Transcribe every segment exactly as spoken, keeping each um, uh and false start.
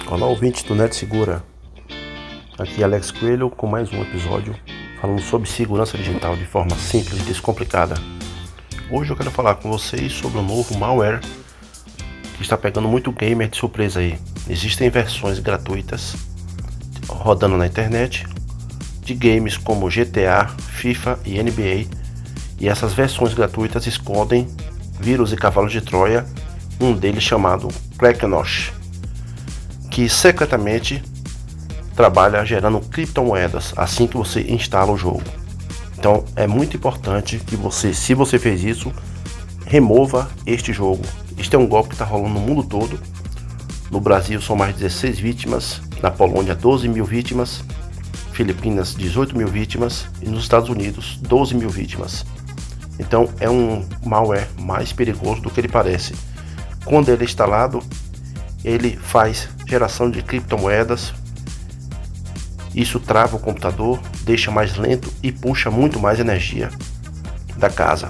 Olá, ouvintes do Net Segura. Aqui é Alex Coelho com mais um episódio falando sobre segurança digital de forma simples e descomplicada. Hoje eu quero falar com vocês sobre um novo malware que está pegando muito gamer de surpresa aí. Existem versões gratuitas rodando na internet de games como G T A, FIFA e N B A, e essas versões gratuitas escondem vírus e cavalos de Troia, um deles chamado Krakenos, que secretamente trabalha gerando criptomoedas assim que você instala o jogo. Então é muito importante que você, se você fez isso, remova este jogo. Este é um golpe que está rolando no mundo todo. No Brasil são mais de dezesseis vítimas, na Polônia doze mil vítimas, Filipinas dezoito mil vítimas e nos Estados Unidos doze mil vítimas. Então é um malware mais perigoso do que ele parece. Quando ele é instalado, ele faz geração de criptomoedas. Isso trava o computador, deixa mais lento e puxa muito mais energia da casa.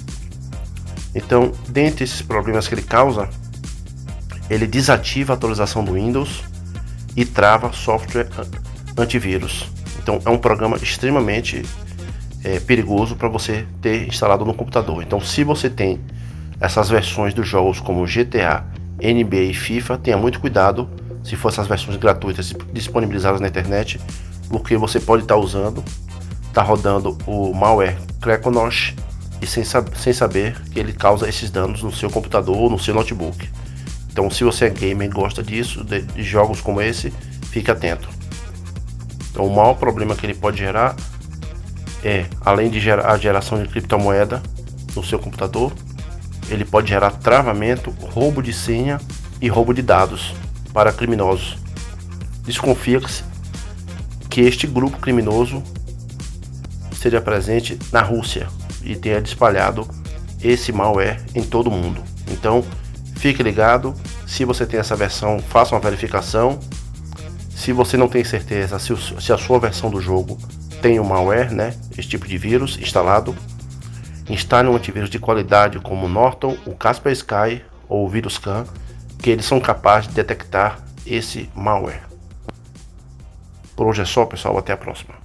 Então, dentre esses problemas que ele causa, ele desativa a atualização do Windows e trava software antivírus. Então é um programa extremamente é, perigoso para você ter instalado no computador. Então, se você tem essas versões dos jogos como G T A, N B A e FIFA, tenha muito cuidado se for essas versões gratuitas disponibilizadas na internet, porque você pode estar tá usando, está rodando o malware Krakenos e sem, sem saber que ele causa esses danos no seu computador ou no seu notebook. Então, se você é gamer e gosta disso, de, de jogos como esse, fique atento. Então, o maior problema que ele pode gerar é, além de gerar a geração de criptomoeda no seu computador, ele pode gerar travamento, roubo de senha e roubo de dados para criminosos. Desconfia-se que este grupo criminoso seja presente na Rússia e tenha espalhado esse malware em todo o mundo. Então, fique ligado. Se você tem essa versão, faça uma verificação. Se você não tem certeza se, o, se a sua versão do jogo tem o malware, né, esse tipo de vírus instalado, instale um antivírus de qualidade como o Norton, o Kaspersky ou o VirusScan, que eles são capazes de detectar esse malware. Por hoje é só, pessoal, até a próxima.